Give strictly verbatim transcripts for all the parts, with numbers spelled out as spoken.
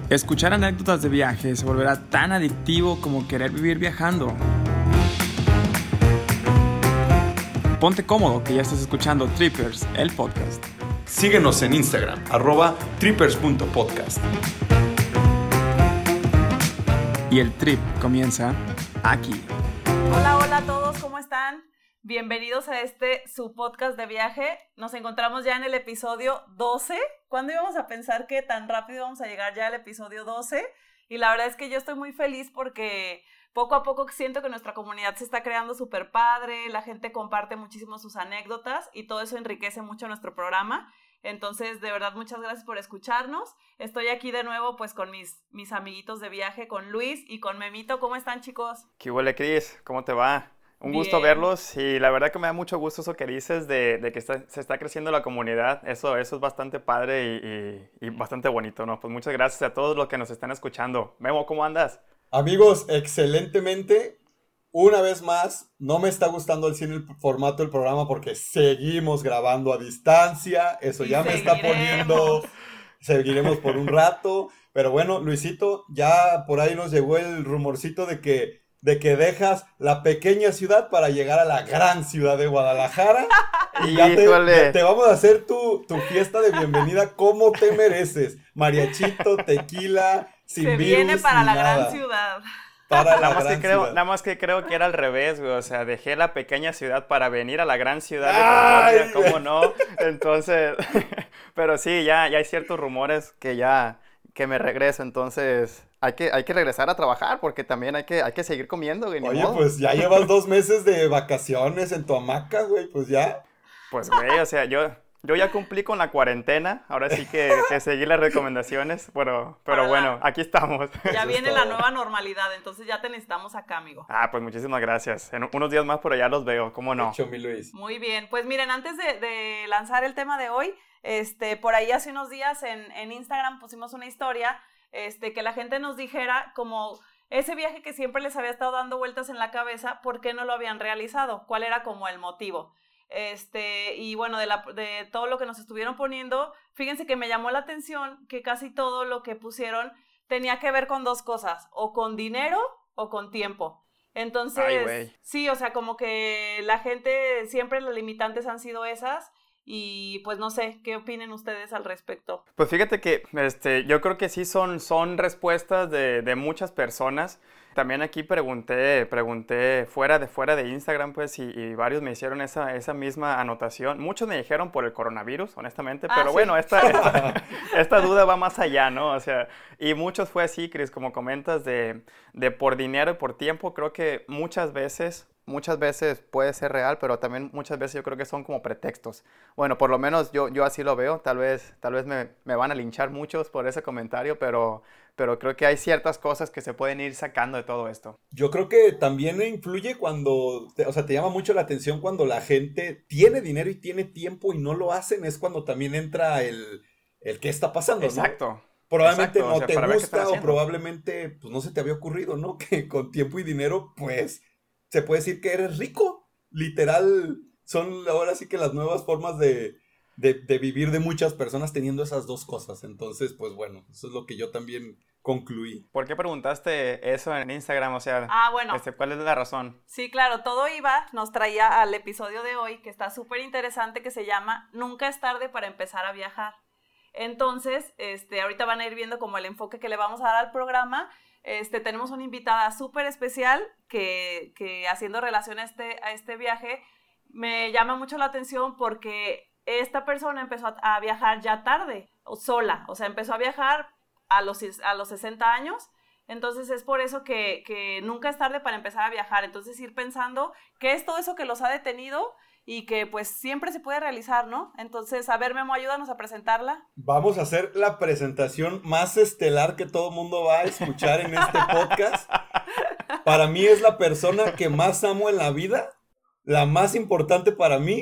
Escuchar anécdotas de viaje se volverá tan adictivo como querer vivir viajando. Ponte cómodo que ya estás escuchando Trippers, el podcast. Síguenos en Instagram, arroba trippers punto podcast. Y el trip comienza aquí. Hola, hola a todos, ¿cómo están? Bienvenidos a este, su podcast de viaje. Nos encontramos ya en el episodio doce. ¿Cuándo íbamos a pensar que tan rápido íbamos a llegar ya al episodio doce? Y la verdad es que yo estoy muy feliz porque poco a poco siento que nuestra comunidad se está creando súper padre, la gente comparte muchísimo sus anécdotas y todo eso enriquece mucho nuestro programa. Entonces, de verdad, muchas gracias por escucharnos. Estoy aquí de nuevo pues con mis, mis amiguitos de viaje, con Luis y con Memito. ¿Cómo están, chicos? ¿Qué huele, Cris? ¿Cómo te va? Un Bien. gusto verlos y la verdad que me da mucho gusto eso que dices de, de que está, se está creciendo la comunidad. Eso, eso es bastante padre y, y, y bastante bonito, ¿no? Pues muchas gracias a todos los que nos están escuchando. Memo, ¿cómo andas? Amigos, excelentemente. Una vez más, no me está gustando el cine, el formato del programa porque seguimos grabando a distancia. Eso Y ya me seguiremos. está poniendo... Seguiremos por un rato. Pero bueno, Luisito, ya por ahí nos llegó el rumorcito de que, de que dejas la pequeña ciudad para llegar a la gran ciudad de Guadalajara. Y ya te, Híjole. te vamos a hacer tu, tu fiesta de bienvenida como te mereces. Mariachito, tequila, sin Se virus viene para ni la nada. gran ciudad. Para la Nada más, gran que creo, ciudad. nada más que creo que era al revés, güey. O sea, dejé la pequeña ciudad para venir a la gran ciudad de Ay, Concordia, ¿cómo no? Entonces, pero sí, ya, ya hay ciertos rumores que ya, que me regreso. Entonces, hay que, hay que regresar a trabajar porque también hay que, hay que seguir comiendo, güey. Ni Oye, modo. pues ya llevas dos meses de vacaciones en tu hamaca, güey, pues ya. Pues, güey, o sea, yo, yo ya cumplí con la cuarentena, ahora sí que, que seguí las recomendaciones, pero, pero Para bueno, la- aquí estamos. Ya Eso es viene la todo. nueva normalidad, entonces ya te necesitamos acá, amigo. Ah, pues muchísimas gracias. En unos días más por allá los veo, ¿cómo no? Hecho, mi Luis. Muy bien, pues miren, antes de, de lanzar el tema de hoy, este, por ahí hace unos días en, en Instagram pusimos una historia, este, que la gente nos dijera como ese viaje que siempre les había estado dando vueltas en la cabeza, ¿por qué no lo habían realizado? ¿Cuál era como el motivo? Este, y bueno, de, la, de todo lo que nos estuvieron poniendo, fíjense que me llamó la atención que casi todo lo que pusieron tenía que ver con dos cosas, o con dinero o con tiempo. Entonces, Ay, güey. sí, o sea, como que la gente, siempre las limitantes han sido esas, y pues no sé, ¿qué opinen ustedes al respecto? Pues fíjate que este, yo creo que sí son, son respuestas de, de muchas personas. También aquí pregunté, pregunté fuera de, fuera de Instagram, pues, y, y varios me hicieron esa, esa misma anotación. Muchos me dijeron por el coronavirus, honestamente, Ah, pero sí. bueno, esta, esta, esta duda va más allá, ¿no? O sea, y muchos fue así, Cris, como comentas, de, de por dinero y por tiempo. Creo que muchas veces... Muchas veces puede ser real, pero también muchas veces yo creo que son como pretextos. Bueno, por lo menos yo, yo así lo veo. Tal vez, tal vez me, me van a linchar muchos por ese comentario, pero, pero creo que hay ciertas cosas que se pueden ir sacando de todo esto. Yo creo que también influye cuando, te- o sea, te llama mucho la atención cuando la gente tiene dinero y tiene tiempo y no lo hacen, es cuando también entra el, el qué está pasando, ¿no? Exacto. Probablemente Exacto, o no sea, te para ver qué están gusta o haciendo. probablemente pues no se te había ocurrido, ¿no? Que con tiempo y dinero, pues, se puede decir que eres rico. Literal, son ahora sí que las nuevas formas de, de, de vivir de muchas personas teniendo esas dos cosas. Entonces, pues bueno, eso es lo que yo también concluí. ¿Por qué preguntaste eso en Instagram? O sea, Ah, bueno. este, ¿cuál es la razón? Sí, claro, todo iba, nos traía al episodio de hoy, que está súper interesante, que se llama Nunca es tarde para empezar a viajar. Entonces, este, ahorita van a ir viendo como el enfoque que le vamos a dar al programa. Este, tenemos una invitada súper especial que, que haciendo relación a este, a este viaje, me llama mucho la atención porque esta persona empezó a, a viajar ya tarde, o sola, o sea, empezó a viajar a los, a los sesenta años. Entonces es por eso que, que nunca es tarde para empezar a viajar. Entonces ir pensando qué es todo eso que los ha detenido y que pues siempre se puede realizar, ¿no? Entonces, a ver, Memo, ayúdanos a presentarla. Vamos a hacer la presentación más estelar que todo mundo va a escuchar en este podcast. Para mí es la persona que más amo en la vida, la más importante para mí,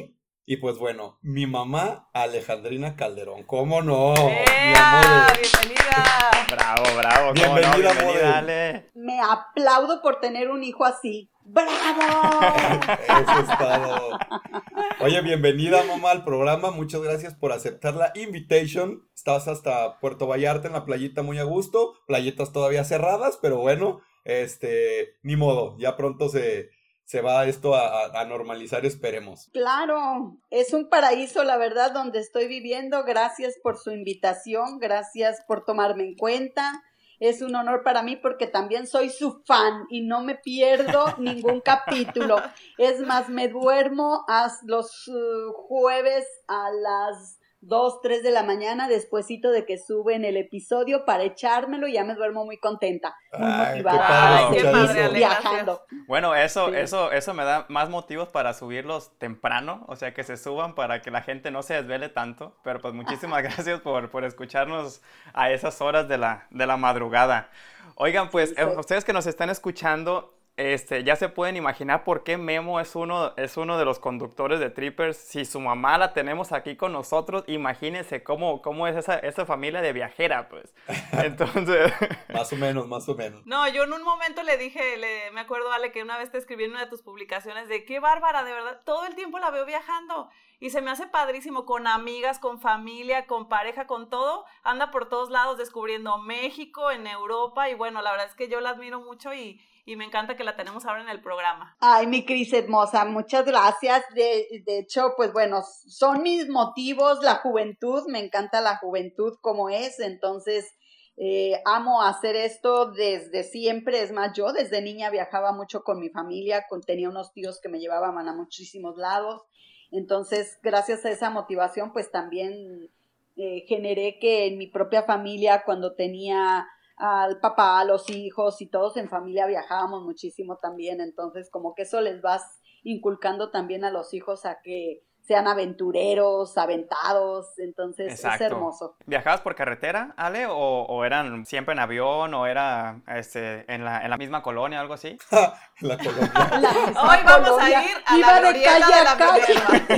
Y pues bueno, mi mamá, Alejandrina Calderón. ¿Cómo no? ¡Ea! Mi amor. ¡Bienvenida! Bravo, bravo. ¿Cómo no? Bienvenida, Bienvenida, Mode. Ale. Me aplaudo por tener un hijo así. ¡Bravo! Eso es todo. Oye, bienvenida, mamá, al programa. Muchas gracias por aceptar la invitation. Estás hasta Puerto Vallarta en la playita muy a gusto. Playitas todavía cerradas, pero bueno, este, ni modo. Ya pronto se, se va esto a, a, a normalizar, esperemos. Claro, es un paraíso, la verdad, donde estoy viviendo. Gracias por su invitación, gracias por tomarme en cuenta. Es un honor para mí porque también soy su fan y no me pierdo ningún capítulo. Es más, me duermo a los uh, jueves a las dos, tres de la mañana despuesito de que suben el episodio para echármelo y ya me duermo muy contenta, muy Ay, motivada. qué padre Ay, qué escuchar padre, eso. Ale, Viajando. Bueno, eso, Sí. eso, eso me da más motivos para subirlos temprano, o sea, que se suban para que la gente no se desvele tanto. Pero pues muchísimas gracias por, por escucharnos a esas horas de la, de la madrugada. Oigan, pues, eh, ustedes que nos están escuchando, este, ya se pueden imaginar por qué Memo es uno, es uno de los conductores de Trippers. Si su mamá la tenemos aquí con nosotros, imagínense cómo, cómo es esa, esa familia de viajera, pues. Entonces... Más o menos, más o menos. No, yo en un momento le dije, le, me acuerdo, Ale, que una vez te escribí en una de tus publicaciones de qué bárbara, de verdad, todo el tiempo la veo viajando y se me hace padrísimo, con amigas, con familia, con pareja, con todo, anda por todos lados descubriendo México, en Europa, y bueno, la verdad es que yo la admiro mucho y, y me encanta que la tenemos ahora en el programa. Ay, mi Cris hermosa, muchas gracias. De, de hecho, pues bueno, son mis motivos, la juventud, me encanta la juventud como es, entonces eh, amo hacer esto desde siempre. Es más, yo desde niña viajaba mucho con mi familia, con, tenía unos tíos que me llevaban a muchísimos lados, entonces gracias a esa motivación pues también eh, generé que en mi propia familia, cuando tenía al papá, a los hijos y todos en familia viajábamos muchísimo también, entonces como que eso les vas inculcando también a los hijos a que sean aventureros, aventados, entonces Exacto. es hermoso. ¿Viajabas por carretera, Ale? ¿O, o eran siempre en avión? ¿O era este, en, la, en la misma colonia o algo así? La colonia. La misma Hoy vamos colonia, a ir a iba la de glorieta calle de la a calle.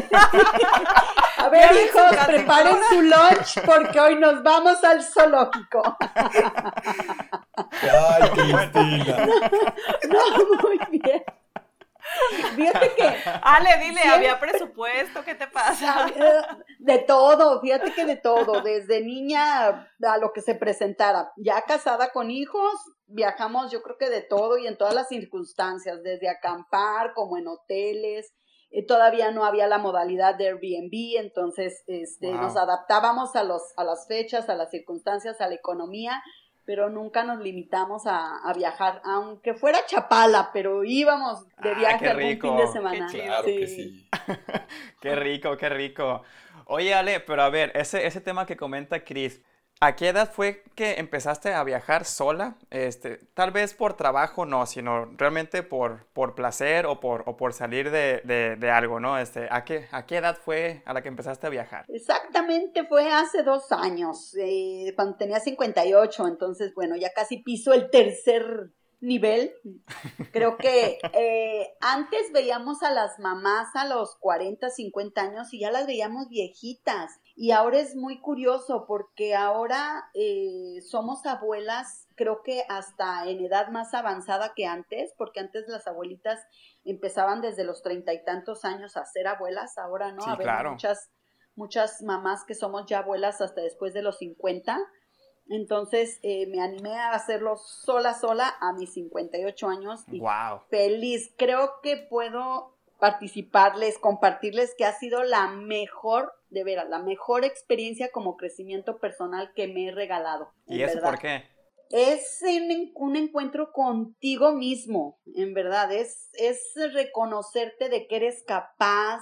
Minerva. A ver, Ya ven hijos, su cantinflora. preparen su lunch porque hoy nos vamos al zoológico. Ay, Cristina. No, muy bien. Fíjate que Ale, dile, Sí. había presupuesto, ¿qué te pasa? de todo, fíjate que de todo, desde niña a lo que se presentara. Ya casada con hijos, viajamos yo creo que de todo y en todas las circunstancias, desde acampar como en hoteles. Eh, todavía no había la modalidad de Airbnb, entonces este, Wow. nos adaptábamos a, los, a las fechas, a las circunstancias, a la economía, pero nunca nos limitamos a, a viajar, aunque fuera Chapala, pero íbamos de Ah, viaje qué algún rico. fin de semana. Qué chido. Claro que sí. Qué rico, qué rico. Oye, Ale, pero a ver, ese, ese tema que comenta Cris, ¿a qué edad fue que empezaste a viajar sola? Este, tal vez por trabajo no, sino realmente por, por placer o por, o por salir de, de, de algo, ¿no? Este, ¿a qué, ¿a qué edad fue a la que empezaste a viajar? Exactamente, fue hace dos años, eh, cuando tenía cincuenta y ocho, entonces, bueno, ya casi piso el tercer nivel. Creo que eh, antes veíamos a las mamás a los cuarenta, cincuenta años y ya las veíamos viejitas. Y ahora es muy curioso porque ahora eh, somos abuelas, creo que hasta en edad más avanzada que antes, porque antes las abuelitas empezaban desde los treinta y tantos años a ser abuelas, ahora no, Sí, a ver, claro. muchas, muchas mamás que somos ya abuelas hasta después de los cincuenta. Entonces eh, me animé a hacerlo sola, sola a mis cincuenta y ocho años y Wow. feliz. Creo que puedo participarles, compartirles que ha sido la mejor, de veras, la mejor experiencia como crecimiento personal que me he regalado. ¿Y en eso verdad. por qué? Es un, un encuentro contigo mismo, en verdad, es, es reconocerte de que eres capaz,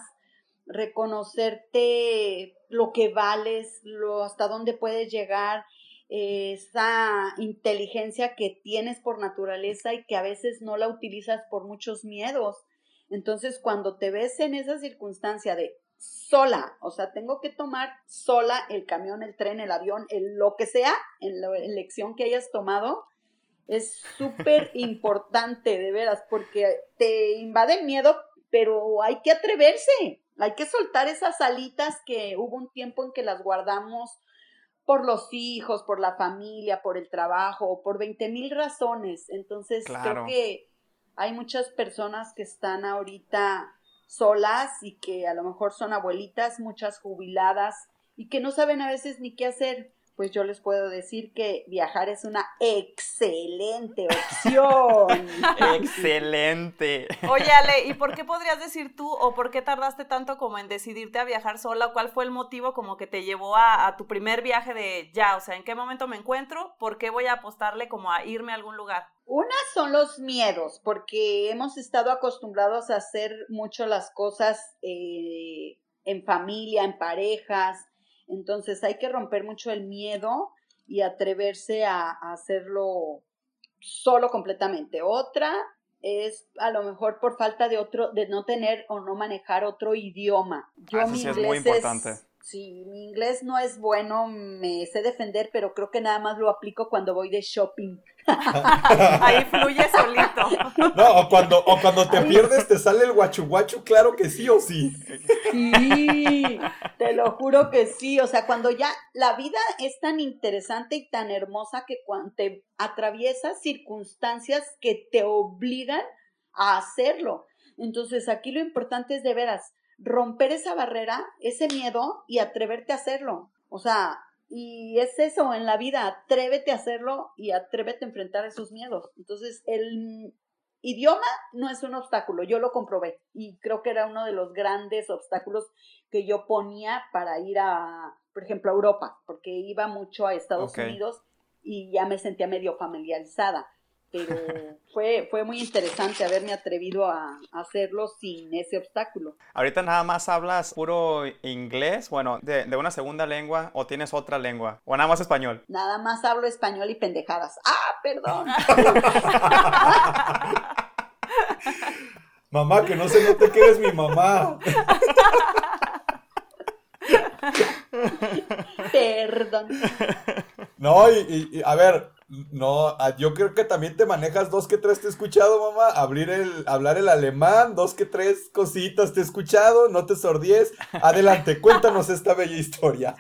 reconocerte lo que vales, lo, hasta dónde puedes llegar, eh, esa inteligencia que tienes por naturaleza y que a veces no la utilizas por muchos miedos. Entonces, cuando te ves en esa circunstancia de sola, o sea, tengo que tomar sola el camión, el tren, el avión, el, lo que sea, en la elección que hayas tomado, es súper importante, de veras, porque te invade el miedo, pero hay que atreverse, Hay que soltar esas alitas que hubo un tiempo en que las guardamos por los hijos, por la familia, por el trabajo, por veinte mil razones. Entonces, Claro. creo que hay muchas personas que están ahorita solas y que a lo mejor son abuelitas, muchas jubiladas y que no saben a veces ni qué hacer. Pues yo les puedo decir que viajar es una excelente opción. Excelente. Oye, Ale, ¿y por qué podrías decir tú o por qué tardaste tanto como en decidirte a viajar sola? ¿Cuál fue el motivo como que te llevó a, a tu primer viaje de ya? O sea, ¿en qué momento me encuentro? ¿Por qué voy a apostarle como a irme a algún lugar? Una son los miedos, porque hemos estado acostumbrados a hacer mucho las cosas eh, en familia, en parejas. Entonces hay que romper mucho el miedo y atreverse a, a hacerlo solo completamente. Otra es a lo mejor por falta de otro, de no tener o no manejar otro idioma. Yo Ah, eso mi sí es inglés muy importante. es, sí, mi inglés no es bueno, me sé defender, pero creo que nada más lo aplico cuando voy de shopping. Ahí fluye solito. No, o cuando, o cuando te pierdes te sale el guachu guachu, claro que sí o sí. Sí, te lo juro que sí, o sea, cuando ya la vida es tan interesante y tan hermosa que cuando te atraviesas circunstancias que te obligan a hacerlo. Entonces, aquí lo importante es de veras romper esa barrera, ese miedo y atreverte a hacerlo. O sea, y es eso en la vida, atrévete a hacerlo y atrévete a enfrentar esos miedos. Entonces, el idioma no es un obstáculo, yo lo comprobé y creo que era uno de los grandes obstáculos que yo ponía para ir a, por ejemplo, a Europa, porque iba mucho a Estados Ok. Unidos y ya me sentía medio familiarizada, pero fue, fue muy interesante haberme atrevido a, a hacerlo sin ese obstáculo. ¿Ahorita nada más hablas puro inglés? Bueno, de, de una segunda lengua o tienes otra lengua? ¿O nada más español? Nada más hablo español y pendejadas. ¡Ah, perdón! Mamá, que no se note que eres mi mamá. Perdón. No, y, y- y, a ver, no, a- yo creo que también te manejas dos que tres, te he escuchado, mamá, abrir el, hablar el alemán, dos que tres cositas te he escuchado, no te sordies. Adelante, cuéntanos esta bella historia.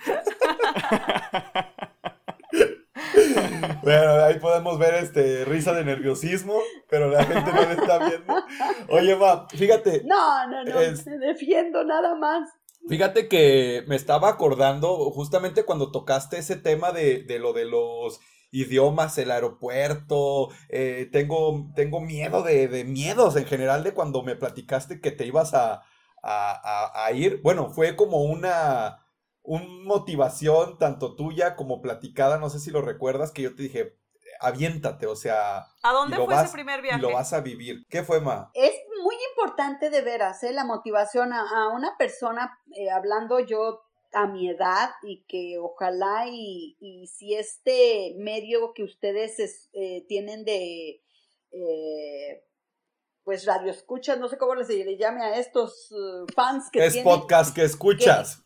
Bueno, ahí podemos ver este risa de nerviosismo, pero la gente no le está viendo. Oye, ma, fíjate, No, no, no, Es- me defiendo nada más. Fíjate que me estaba acordando justamente cuando tocaste ese tema de, de lo de los idiomas, el aeropuerto, eh, tengo, tengo miedo de, de miedos en general de cuando me platicaste que te ibas a, a, a- a ir. Bueno, fue como una, un motivación tanto tuya como platicada, no sé si lo recuerdas, que yo te dije, aviéntate, o sea, ¿A y dónde lo fue vas, ese primer y viaje? lo vas a vivir. ¿Qué fue, ma? Es muy importante de veras, ¿eh? La motivación a, a una persona, eh, hablando yo a mi edad y que ojalá y, y si este medio que ustedes es- eh, tienen de, eh, pues radio escuchas, no sé cómo les- se le llame a estos eh, fans que Es tienen. podcast que escuchas.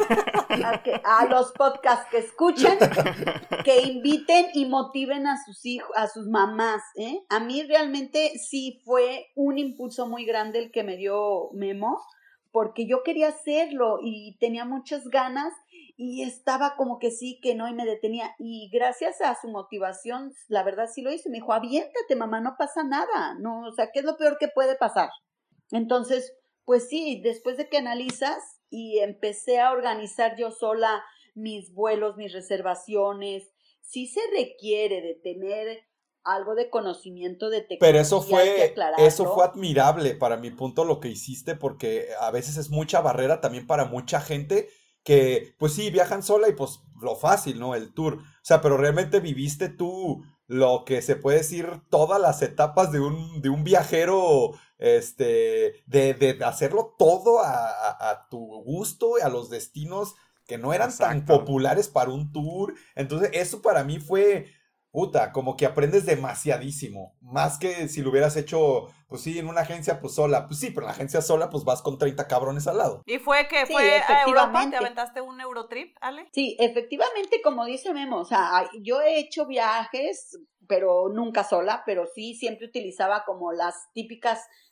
A, que- a los podcasts que escuchan, que inviten y motiven a sus hijos, a sus mamás, ¿eh? A mí realmente sí fue un impulso muy grande el que me dio Memo, porque yo quería hacerlo y tenía muchas ganas y estaba como que sí, que no, y me detenía. Y gracias a su motivación, la verdad sí lo hice. Me dijo, aviéntate, mamá, no pasa nada. No, o sea, ¿qué es lo peor que puede pasar? Entonces, pues sí, después de que analizas y empecé a organizar yo sola mis vuelos, mis reservaciones, sí se requiere de tener algo de conocimiento de tecnología. Pero eso hay que fue, aclararlo. eso fue admirable para mi punto lo que hiciste, porque a veces es mucha barrera también para mucha gente que, pues sí, viajan sola y pues lo fácil, ¿no? El tour. O sea, pero realmente viviste tú lo que se puede decir todas las etapas de un, de un viajero, este, de, de hacerlo todo a, a- a tu gusto, a los destinos que no eran tan Exacto. populares para un tour. Entonces, eso para mí fue, puta, como que aprendes demasiadísimo. Más que si lo hubieras hecho, pues sí, en una agencia, pues sola. Pues sí, pero en la agencia sola, pues vas con treinta cabrones al lado. ¿Y fue que Sí, fue a Europa? efectivamente. ¿Te aventaste un Eurotrip, Ale? Sí, efectivamente, como dice Memo, o sea, ay, yo he hecho viajes, pero nunca sola, pero sí siempre utilizaba como las típicas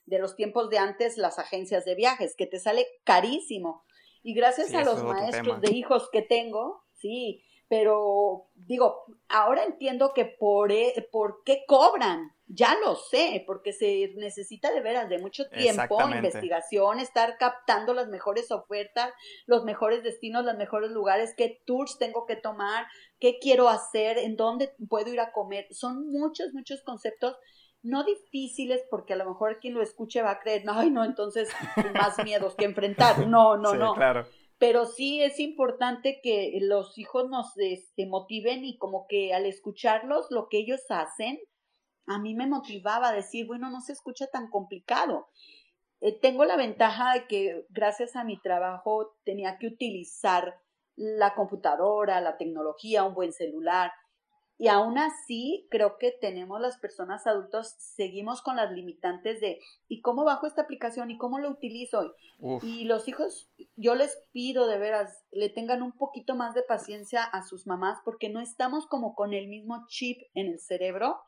de los tiempos de antes, las agencias de viajes, que te sale carísimo. Y gracias Sí, a eso los es otro maestros tema. de hijos que tengo, sí, pero digo, ahora entiendo que por, e- por qué cobran, ya lo sé, porque se necesita de veras de mucho tiempo, Exactamente. investigación, estar captando las mejores ofertas, los mejores destinos, los mejores lugares, qué tours tengo que tomar, qué quiero hacer, en dónde puedo ir a comer. Son muchos, muchos conceptos, no difíciles, porque a lo mejor quien lo escuche va a creer, ay, no, entonces más miedos que enfrentar. No, no, Sí, no. claro. Pero sí es importante que los hijos nos este, motiven y como que al escucharlos, lo que ellos hacen, a mí me motivaba a decir, bueno, no se escucha tan complicado. Eh, tengo la ventaja de que gracias a mi trabajo tenía que utilizar la computadora, la tecnología, un buen celular. Y aún así, creo que tenemos las personas adultas, seguimos con las limitantes de, ¿y cómo bajo esta aplicación? ¿Y cómo lo utilizo? Uf. Y los hijos, yo les pido de veras, le tengan un poquito más de paciencia a sus mamás, porque no estamos como con el mismo chip en el cerebro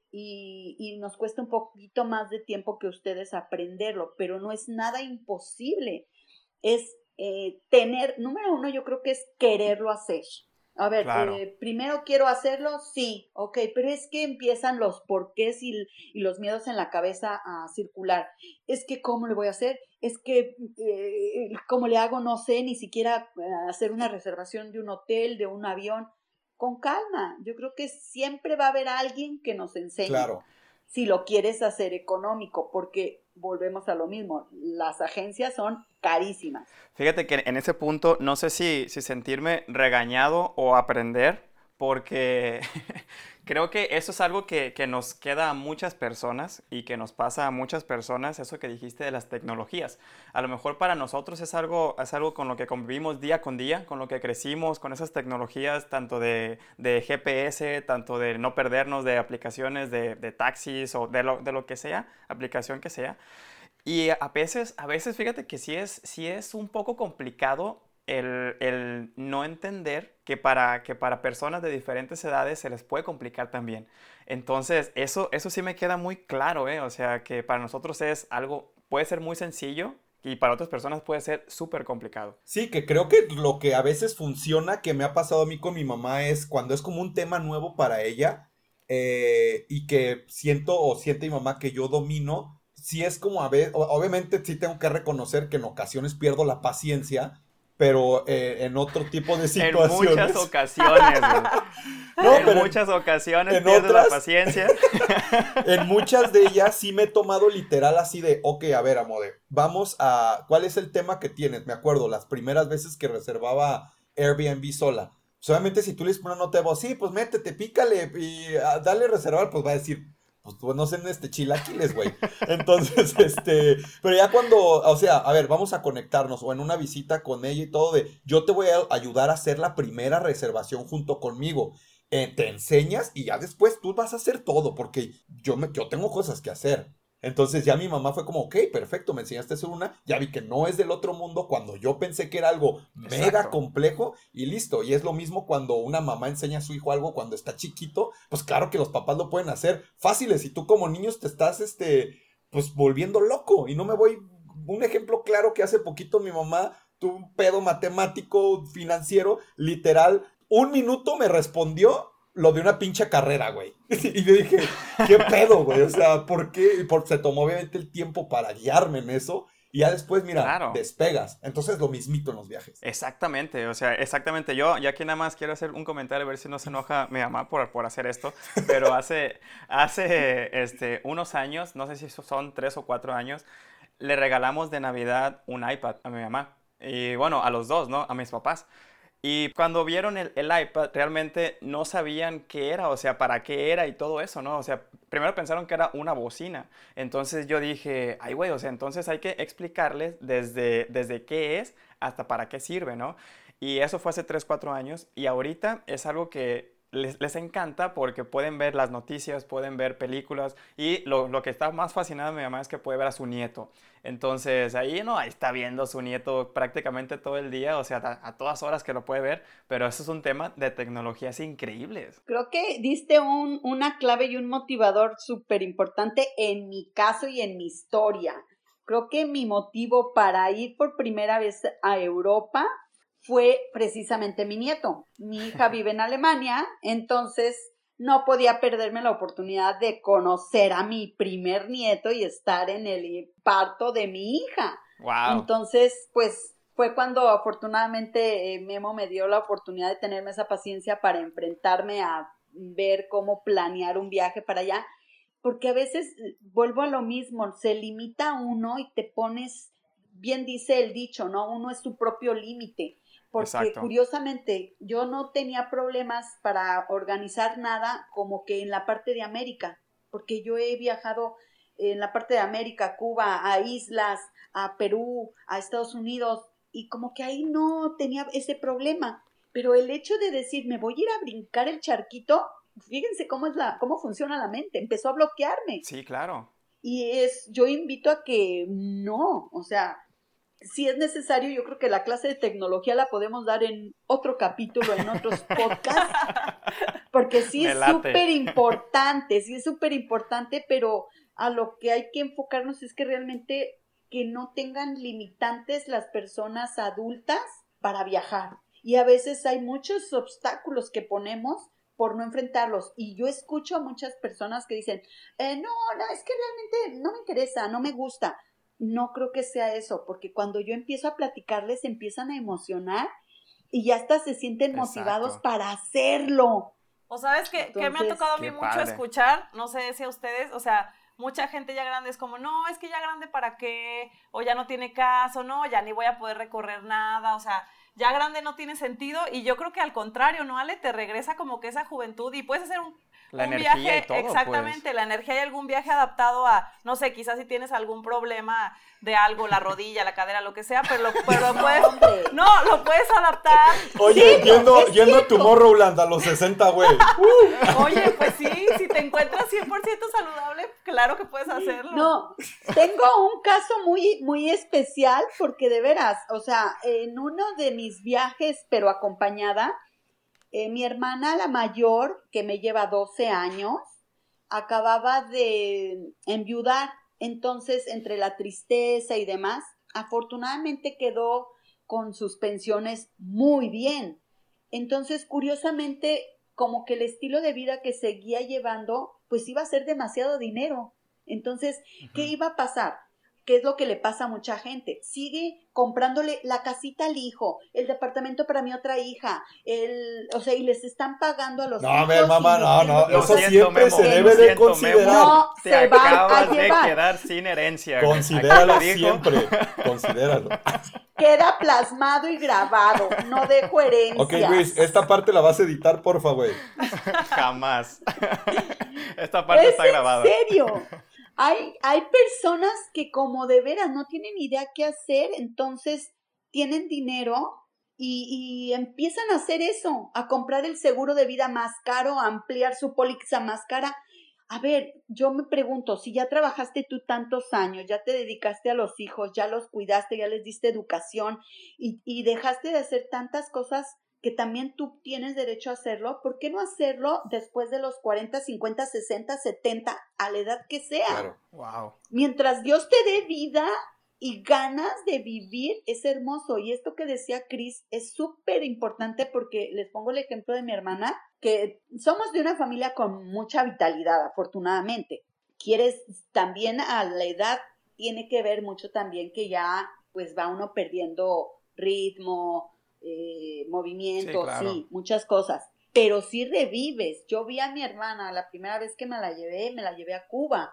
y, y nos cuesta un poquito más de tiempo que ustedes aprenderlo, pero no es nada imposible. Es eh, tener, número uno, yo creo que es quererlo hacer. A ver, Claro. eh, primero quiero hacerlo, sí, ok, pero es que empiezan los porqués y, y los miedos en la cabeza a circular. Es que, ¿cómo le voy a hacer? Es que, eh, ¿cómo le hago? No sé, ni siquiera eh, hacer una reservación de un hotel, de un avión. Con calma, yo creo que siempre va a haber alguien que nos enseñe. Claro. Si lo quieres hacer económico, porque volvemos a lo mismo, las agencias son carísimas. Fíjate que en ese punto no sé si, si sentirme regañado o aprender, porque creo que eso es algo que, que nos queda a muchas personas y que nos pasa a muchas personas, eso que dijiste de las tecnologías. A lo mejor para nosotros es algo, es algo con lo que convivimos día con día, con lo que crecimos, con esas tecnologías, tanto de, de G P S, tanto de no perdernos, de aplicaciones de, de taxis o de lo, de lo que sea, aplicación que sea. Y a veces, a veces fíjate que sí es, sí es un poco complicado el, el no entender que para, que para personas de diferentes edades se les puede complicar también. Entonces, eso, eso sí me queda muy claro, ¿eh? O sea, que para nosotros es algo, puede ser muy sencillo y para otras personas puede ser súper complicado. Sí, que creo que lo que a veces funciona, que me ha pasado a mí con mi mamá, es cuando es como un tema nuevo para ella eh, y que siento o siente mi mamá que yo domino. Sí es como a ver, obviamente sí tengo que reconocer que en ocasiones pierdo la paciencia, pero eh, en otro tipo de situaciones. En muchas ocasiones, güey. No, en pero muchas ocasiones en pierdes otras, la paciencia. En muchas de ellas sí me he tomado literal así de, ok, a ver, Amode, vamos a, ¿cuál es el tema que tienes? Me acuerdo, las primeras veces que reservaba Airbnb sola. Solamente si tú le dices una nota de voz, sí, pues métete, pícale y uh, dale reservar, pues va a decir, pues no sé, en este chilaquiles, güey. Entonces, este, pero ya cuando, o sea, a ver, vamos a conectarnos o en una visita con ella y todo de, yo te voy a ayudar a hacer la primera reservación junto conmigo. Eh, te enseñas y ya después tú vas a hacer todo porque yo, me, yo tengo cosas que hacer. Entonces ya mi mamá fue como, ok, perfecto, me enseñaste a hacer una, ya vi que no es del otro mundo cuando yo pensé que era algo Exacto. mega complejo y listo. Y es lo mismo cuando una mamá enseña a su hijo algo cuando está chiquito, pues claro que los papás lo pueden hacer fáciles y tú como niños te estás, este, pues volviendo loco. Y no me voy, un ejemplo claro que hace poquito mi mamá tuvo un pedo matemático, financiero, literal, un minuto me respondió lo de una pinche carrera, güey. Y yo dije, ¿qué pedo, güey? O sea, ¿por qué? Porque se tomó obviamente el tiempo para guiarme en eso. Y ya después, mira, Claro. despegas. Entonces, lo mismito en los viajes. Exactamente, o sea, exactamente. Yo, yo aquí nada más quiero hacer un comentario, a ver si no se enoja mi mamá por, por hacer esto. Pero hace, hace este, unos años, no sé si son tres o cuatro años, le regalamos de Navidad un iPad a mi mamá. Y bueno, a los dos, ¿no? A mis papás. Y cuando vieron el, el iPad, realmente no sabían qué era, o sea, para qué era y todo eso, ¿no? O sea, primero pensaron que era una bocina. Entonces yo dije, ay, güey, o sea, entonces hay que explicarles desde, desde qué es hasta para qué sirve, ¿no? Y eso fue hace tres, cuatro años. Y ahorita es algo que les, les encanta porque pueden ver las noticias, pueden ver películas y lo, lo que está más fascinado de mi mamá es que puede ver a su nieto. Entonces ahí no, ahí está viendo a su nieto prácticamente todo el día, o sea, a, a todas horas que lo puede ver, pero eso es un tema de tecnologías increíbles. Creo que diste un, una clave y un motivador súper importante en mi caso y en mi historia. Creo que mi motivo para ir por primera vez a Europa fue precisamente mi nieto. Mi hija vive en Alemania, entonces no podía perderme la oportunidad de conocer a mi primer nieto y estar en el parto de mi hija. Wow. Entonces, pues fue cuando afortunadamente eh, Memo me dio la oportunidad de tenerme esa paciencia para enfrentarme a ver cómo planear un viaje para allá, porque a veces vuelvo a lo mismo, se limita uno y te pones, bien dice el dicho, ¿no? Uno es su propio límite. Porque Exacto. Curiosamente yo no tenía problemas para organizar nada como que en la parte de América, porque yo he viajado en la parte de América, Cuba, a islas, a Perú, a Estados Unidos, y como que ahí no tenía ese problema, pero el hecho de decir me voy a ir a brincar el charquito, fíjense cómo es la, cómo funciona la mente, empezó a bloquearme. Sí, claro. Y es, yo invito a que no, o sea, si es necesario, yo creo que la clase de tecnología la podemos dar en otro capítulo, en otros podcasts, porque sí Me es late. súper importante, sí es súper importante, pero a lo que hay que enfocarnos es que realmente que no tengan limitantes las personas adultas para viajar. Y a veces hay muchos obstáculos que ponemos por no enfrentarlos. Y yo escucho a muchas personas que dicen, eh, no, no, es que realmente no me interesa, no me gusta. No creo que sea eso, porque cuando yo empiezo a platicarles, se empiezan a emocionar y ya hasta se sienten Exacto. motivados para hacerlo. O sabes que, que me ha Entonces, tocado a mí qué mucho padre. escuchar, no sé si a ustedes, o sea, mucha gente ya grande es como, no, es que ya grande para qué, o ya no tiene caso, no, ya ni voy a poder recorrer nada, o sea, ya grande no tiene sentido, y yo creo que al contrario, ¿no, Ale? Te regresa como que esa juventud y puedes hacer un, La un energía viaje, y todo, exactamente, pues. la energía y algún viaje adaptado a, no sé, quizás si tienes algún problema de algo, la rodilla, la cadera, lo que sea, pero lo, pero lo puedes, hombre. no, lo puedes adaptar. Oye, Sí, yendo, es yendo a cierto. Tomorrowland a los sesenta, güey. Oye, pues sí, si te encuentras cien por ciento saludable, claro que puedes hacerlo. No, tengo un caso muy, muy especial porque de veras, o sea, en uno de mis viajes, pero acompañada, eh, mi hermana, la mayor, que me lleva doce años, acababa de enviudar, entonces entre la tristeza y demás, afortunadamente quedó con sus pensiones muy bien. Entonces, curiosamente, como que el estilo de vida que seguía llevando, pues iba a ser demasiado dinero. Entonces, ¿qué iba a pasar? ¿Qué es lo que le pasa a mucha gente? Sigue comprándole la casita al hijo, el departamento para mi otra hija, el, o sea, y les están pagando a los No, hijos. a ver, mamá, no, no, Lo eso siento, siempre Memo, se lo debe de siento, considerar. Memo. No, Te se van a acabas de llevar. quedar sin herencia. Considéralo Aquí lo dijo. siempre, considéralo. Queda plasmado y grabado, no dejo herencias. Ok, Luis, esta parte la vas a editar, porfa, güey. Jamás. Esta parte Es está grabada. en serio. Hay, hay personas que como de veras no tienen idea qué hacer, entonces tienen dinero y, y empiezan a hacer eso, a comprar el seguro de vida más caro, a ampliar su póliza más cara. A ver, yo me pregunto, si ya trabajaste tú tantos años, ya te dedicaste a los hijos, ya los cuidaste, ya les diste educación y, y dejaste de hacer tantas cosas que también tú tienes derecho a hacerlo, ¿por qué no hacerlo después de los cuarenta, cincuenta, sesenta, setenta, a la edad que sea? Claro. Wow. Mientras Dios te dé vida y ganas de vivir, es hermoso. Y esto que decía Cris es súper importante porque les pongo el ejemplo de mi hermana, que somos de una familia con mucha vitalidad, afortunadamente. Quieres también a la edad, tiene que ver mucho también que ya pues va uno perdiendo ritmo, eh, movimiento, Sí, claro. sí, muchas cosas. Pero sí revives. Yo vi a mi hermana, la primera vez que me la llevé, me la llevé a Cuba.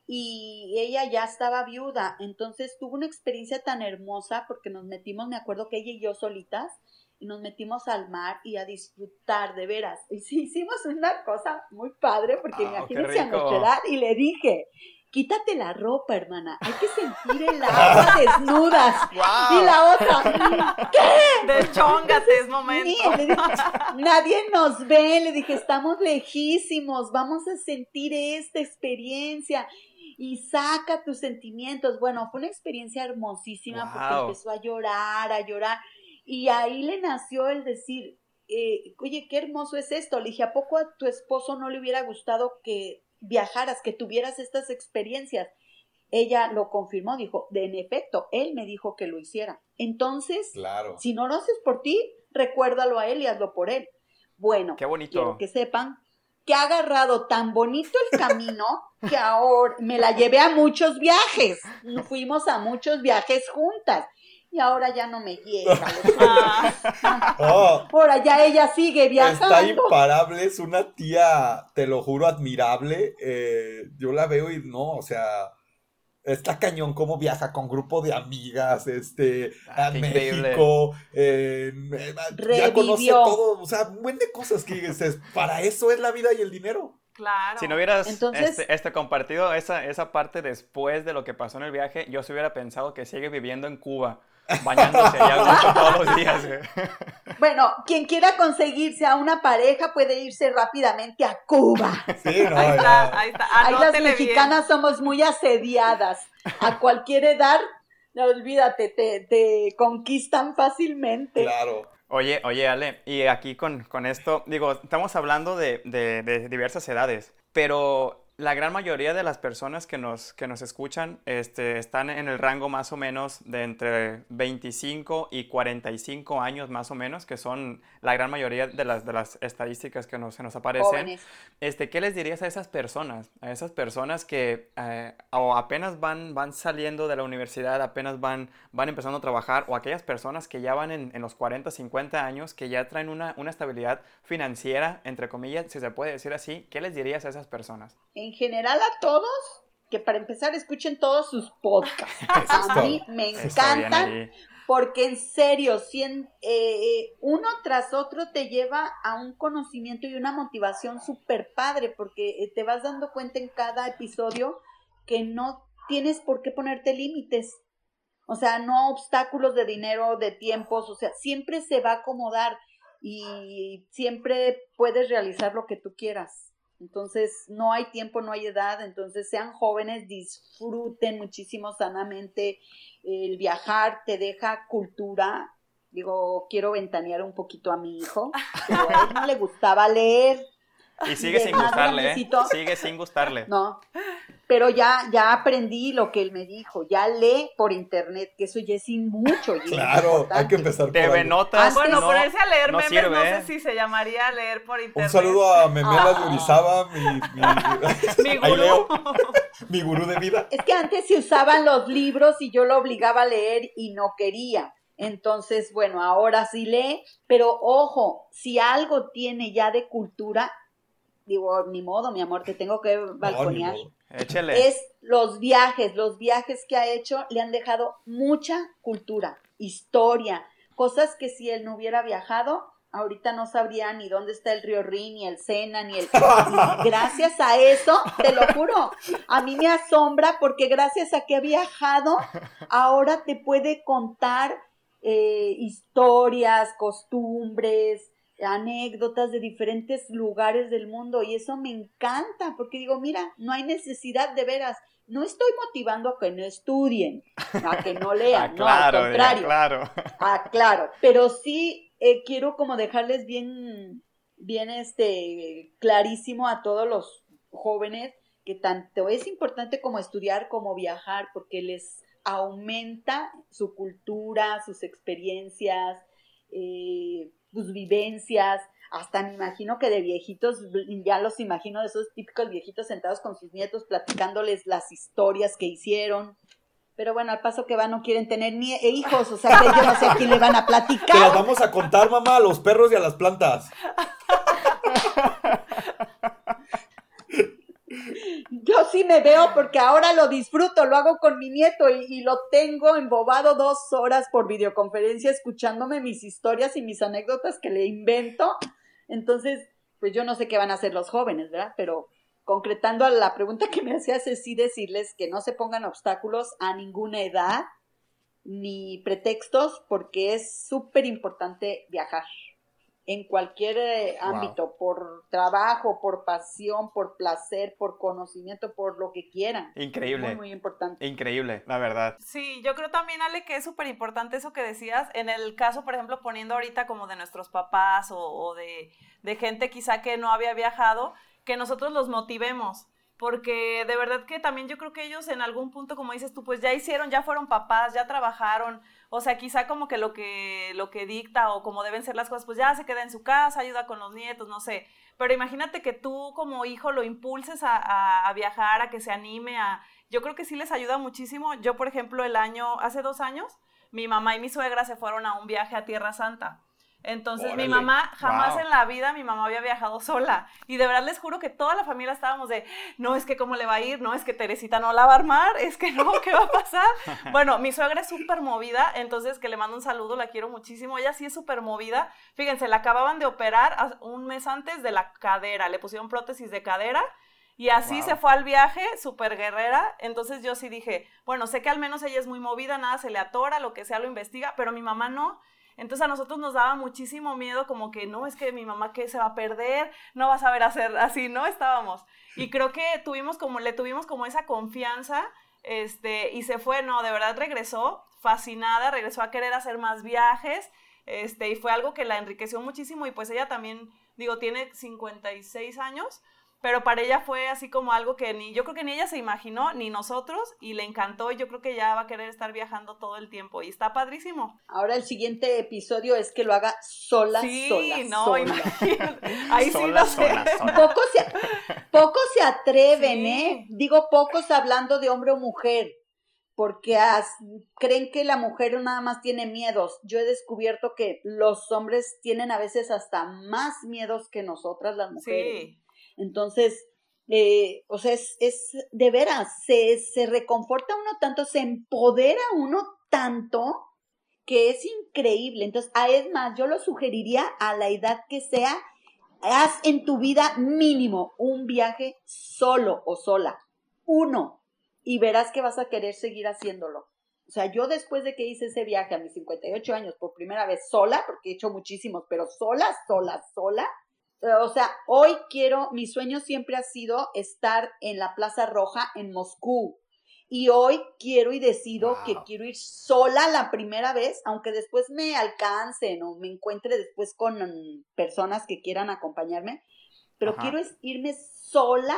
Y ella ya estaba viuda, entonces tuvo una experiencia tan hermosa porque nos metimos, me acuerdo que ella y yo solitas, y nos metimos al mar y a disfrutar, de veras. Y sí, hicimos una cosa muy padre porque Ah, qué imagínense a rico. nuestra edad, y le dije, quítate la ropa, hermana, hay que sentir el agua desnudas. Wow. Y la otra, ¿qué? Deschóngate, es momento. Sí, le dije, nadie nos ve, le dije, estamos lejísimos, vamos a sentir esta experiencia y saca tus sentimientos. Bueno, fue una experiencia hermosísima Wow. porque empezó a llorar, a llorar, y ahí le nació el decir, eh, oye, qué hermoso es esto. Le dije, ¿a poco a tu esposo no le hubiera gustado que viajaras, que tuvieras estas experiencias? Ella lo confirmó, dijo, de en efecto, él me dijo que lo hiciera. Entonces, Claro. si no lo haces por ti, recuérdalo a él y hazlo por él. Bueno, Qué bonito. quiero que sepan que ha agarrado tan bonito el camino que ahora me la llevé a muchos viajes. Fuimos a muchos viajes juntas. Y ahora ya no me llega. Ah, Oh, Ahora ya ella sigue está viajando. imparable, es una tía, te lo juro, admirable. Eh, yo la veo y no, o sea, está cañón cómo viaja con grupo de amigas, este, Ah, a qué increíble. México, eh, eh, ya conoce Revivió. todo, o sea, un buen de cosas que dices, para eso es la vida y el dinero. claro. Si no hubieras Entonces- este, este, compartido esa, esa parte después de lo que pasó en el viaje, yo se hubiera pensado que sigue viviendo en Cuba, bañándose allá mucho todos los días. güey. Bueno, quien quiera conseguirse a una pareja puede irse rápidamente a Cuba. Sí, no, Ahí ya. está, ahí está. Ahí las Anótele mexicanas somos muy asediadas. A cualquier edad, no, olvídate, te, te conquistan fácilmente. Claro. Oye, oye, Ale, y aquí con, con esto, digo, estamos hablando de, de- de diversas edades, pero la gran mayoría de las personas que nos, que nos escuchan este, están en el rango más o menos de entre veinticinco y cuarenta y cinco años más o menos, que son la gran mayoría de las, de las estadísticas que nos, se nos aparecen. Jóvenes. Este, ¿qué les dirías a esas personas? A esas personas que eh, o apenas van, van saliendo de la universidad, apenas van, van empezando a trabajar, o aquellas personas que ya van en, en los cuarenta, cincuenta años, que ya traen una, una estabilidad financiera, entre comillas, si se puede decir así. ¿Qué les dirías a esas personas? En general a todos, que para empezar escuchen todos sus podcasts. Eso A mí es me Está bien encantan ahí. porque en serio, cien- eh, uno tras otro te lleva a un conocimiento y una motivación súper padre porque eh, te vas dando cuenta en cada episodio que no tienes por qué ponerte límites. O sea, no obstáculos de dinero, de tiempos, o sea, siempre se va a acomodar y siempre puedes realizar lo que tú quieras. Entonces, no hay tiempo, no hay edad, entonces sean jóvenes, disfruten muchísimo sanamente. El viajar te deja cultura. Digo, quiero ventanear un poquito a mi hijo, pero a él no le gustaba leer. Y sigue de sin más gustarle, ¿eh? grandecito. Sigue sin gustarle. No, pero ya, ya aprendí lo que él me dijo, ya lee por internet, que eso ya es sin mucho. y es Claro, importante. hay que empezar por T V algo. Notas, Bueno, no, ponerse a leer no memes, sirve, no sé ¿eh? si se llamaría leer por internet. Un saludo a Memela Ah. Yurizaba, mi, mi, Mi ahí gurú. leo, mi gurú de vida. Es que antes se usaban los libros y yo lo obligaba a leer y no quería. Entonces, bueno, ahora sí lee, pero ojo, si algo tiene ya de cultura, digo, ni modo, mi amor, te tengo que balconear. No, ni modo. Échele. Es los viajes, los viajes que ha hecho le han dejado mucha cultura, historia, cosas que si él no hubiera viajado, ahorita no sabría ni dónde está el río Rin, ni el Sena, ni el... Y gracias a eso, te lo juro, a mí me asombra porque gracias a que ha viajado, ahora te puede contar eh, historias, costumbres, anécdotas de diferentes lugares del mundo y eso me encanta porque digo, mira, no hay necesidad de veras, no estoy motivando a que no estudien, a que no lean, Ah, no, al claro, contrario, claro. ah, claro, pero sí eh, quiero como dejarles bien, bien este, clarísimo a todos los jóvenes que tanto es importante como estudiar como viajar porque les aumenta su cultura, sus experiencias, eh, sus vivencias, hasta me imagino que de viejitos, ya los imagino de esos típicos viejitos sentados con sus nietos platicándoles las historias que hicieron, pero bueno, al paso que van no quieren tener ni hijos, o sea que yo no sé a quién le van a Te las platicar. vamos a contar, mamá, a los perros y a las plantas. Yo sí me veo porque ahora lo disfruto, lo hago con mi nieto y, y lo tengo embobado dos horas por videoconferencia escuchándome mis historias y mis anécdotas que le invento. Entonces, pues yo no sé qué van a hacer los jóvenes, ¿verdad? Pero concretando a la pregunta que me hacías, es sí decirles que no se pongan obstáculos a ninguna edad ni pretextos, porque es súper importante viajar en cualquier eh, Wow. ámbito, por trabajo, por pasión, por placer, por conocimiento, por lo que quieran. Increíble. Muy, muy importante. Increíble, la verdad. Sí, yo creo también, Ale, que es súper importante eso que decías, en el caso, por ejemplo, poniendo ahorita como de nuestros papás o, o de, de gente quizá que no había viajado, que nosotros los motivemos, porque de verdad que también yo creo que ellos en algún punto, como dices tú, pues ya hicieron, ya fueron papás, ya trabajaron, o sea, quizá como que lo que, lo que dicta o como deben ser las cosas, pues ya se queda en su casa, ayuda con los nietos, no sé, pero imagínate que tú como hijo lo impulses a, a, a viajar, a que se anime, a, yo creo que sí les ayuda muchísimo. Yo, por ejemplo, el año, hace dos años, mi mamá y mi suegra se fueron a un viaje a Tierra Santa. Entonces, Órale. mi mamá, jamás Wow. en la vida mi mamá había viajado sola. Y de verdad les juro que toda la familia estábamos de, no, es que cómo le va a ir, no, es que Teresita no la va a armar, es que no, ¿qué va a pasar? Bueno, mi suegra es súper movida, entonces que le mando un saludo, la quiero muchísimo. Ella sí es súper movida. Fíjense, la acababan de operar a- un mes antes de la cadera, le pusieron prótesis de cadera. Y así Wow. se fue al viaje, súper guerrera. Entonces yo sí dije, bueno, sé que al menos ella es muy movida, nada se le atora, lo que sea lo investiga, pero mi mamá no. Entonces a nosotros nos daba muchísimo miedo, como que no, es que mi mamá que se va a perder, no va a saber hacer así, ¿no? Estábamos. Y creo que tuvimos como, le tuvimos como esa confianza, este, y se fue, no, de verdad regresó fascinada, regresó a querer hacer más viajes, este, y fue algo que la enriqueció muchísimo, y pues ella también, digo, tiene cincuenta y seis años, pero para ella fue así como algo que ni, yo creo que ni ella se imaginó, ni nosotros, y le encantó, y yo creo que ya va a querer estar viajando todo el tiempo, y está padrísimo. Ahora el siguiente episodio es que lo haga sola, Sí, sola, no, sola. imagínate. Ahí sí Sola, no sé. sola, sola. Pocos se, pocos se atreven, Sí. ¿eh? Digo pocos hablando de hombre o mujer, porque as- creen que la mujer nada más tiene miedos. Yo he descubierto que los hombres tienen a veces hasta más miedos que nosotras las mujeres. Sí. Entonces, eh, o sea, es, es de veras, se, se reconforta uno tanto, se empodera uno tanto, que es increíble. Entonces, a es más, yo lo sugeriría a la edad que sea, haz en tu vida mínimo un viaje solo o sola, uno, y verás que vas a querer seguir haciéndolo. O sea, yo después de que hice ese viaje a mis cincuenta y ocho años por primera vez sola, porque he hecho muchísimos, pero sola, sola, sola, eh, o sea, hoy quiero, mi sueño siempre ha sido estar en la Plaza Roja en Moscú. Y hoy quiero y decido Wow. que quiero ir sola la primera vez, aunque después me alcancen o me encuentre después con mm, personas que quieran acompañarme, pero Ajá. quiero es irme sola,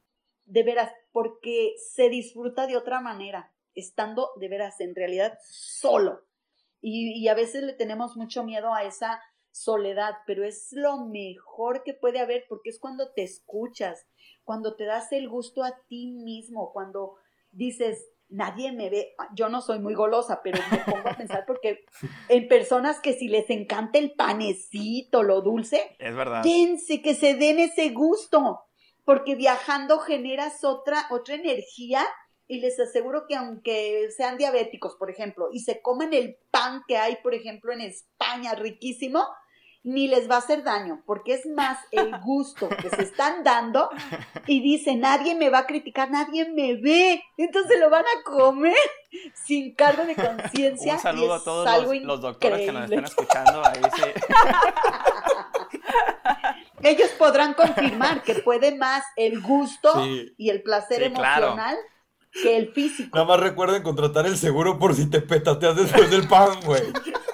de veras, porque se disfruta de otra manera, estando de veras en realidad solo. Y, y a veces le tenemos mucho miedo a esa soledad, pero es lo mejor que puede haber, porque es cuando te escuchas, cuando te das el gusto a ti mismo, cuando dices, nadie me ve. Yo no soy muy golosa, pero me pongo a pensar porque en personas que si les encanta el panecito, lo dulce, Es verdad. dense, que se den ese gusto, porque viajando generas otra, otra energía, y les aseguro que aunque sean diabéticos, por ejemplo, y se comen el pan que hay, por ejemplo, en España, riquísimo, ni les va a hacer daño, porque es más el gusto que se están dando, y dice, nadie me va a criticar, nadie me ve, entonces lo van a comer sin cargo de conciencia. Un saludo y a es todos algo los, los doctores que nos increíble. estén escuchando. Ahí sí. Ellos podrán confirmar que puede más el gusto Sí. y el placer Sí, claro. emocional que el físico. Nada más recuerden contratar el seguro por si te petateas después del pan, güey.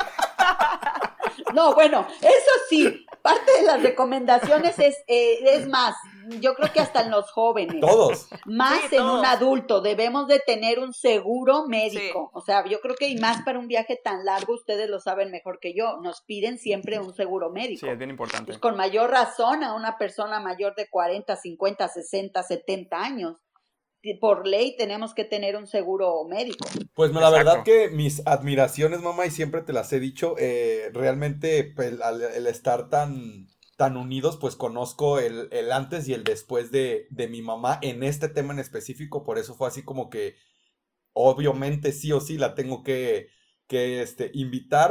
No, bueno, eso sí, parte de las recomendaciones es, eh, es más, yo creo que hasta en los jóvenes, Todos. más Sí, en todos. un adulto, debemos de tener un seguro médico. O sea, yo creo que y más para un viaje tan largo, ustedes lo saben mejor que yo, nos piden siempre un seguro médico. Sí, es bien importante. Pues con mayor razón a una persona mayor de cuarenta, cincuenta, sesenta, setenta años. Por ley tenemos que tener un seguro médico. Pues la Exacto. verdad que mis admiraciones, mamá, y siempre te las he dicho, eh, realmente pues, al el estar tan, tan unidos, pues conozco el, el antes y el después de, de mi mamá en este tema en específico, por eso fue así como que obviamente sí o sí la tengo que, que este, invitar.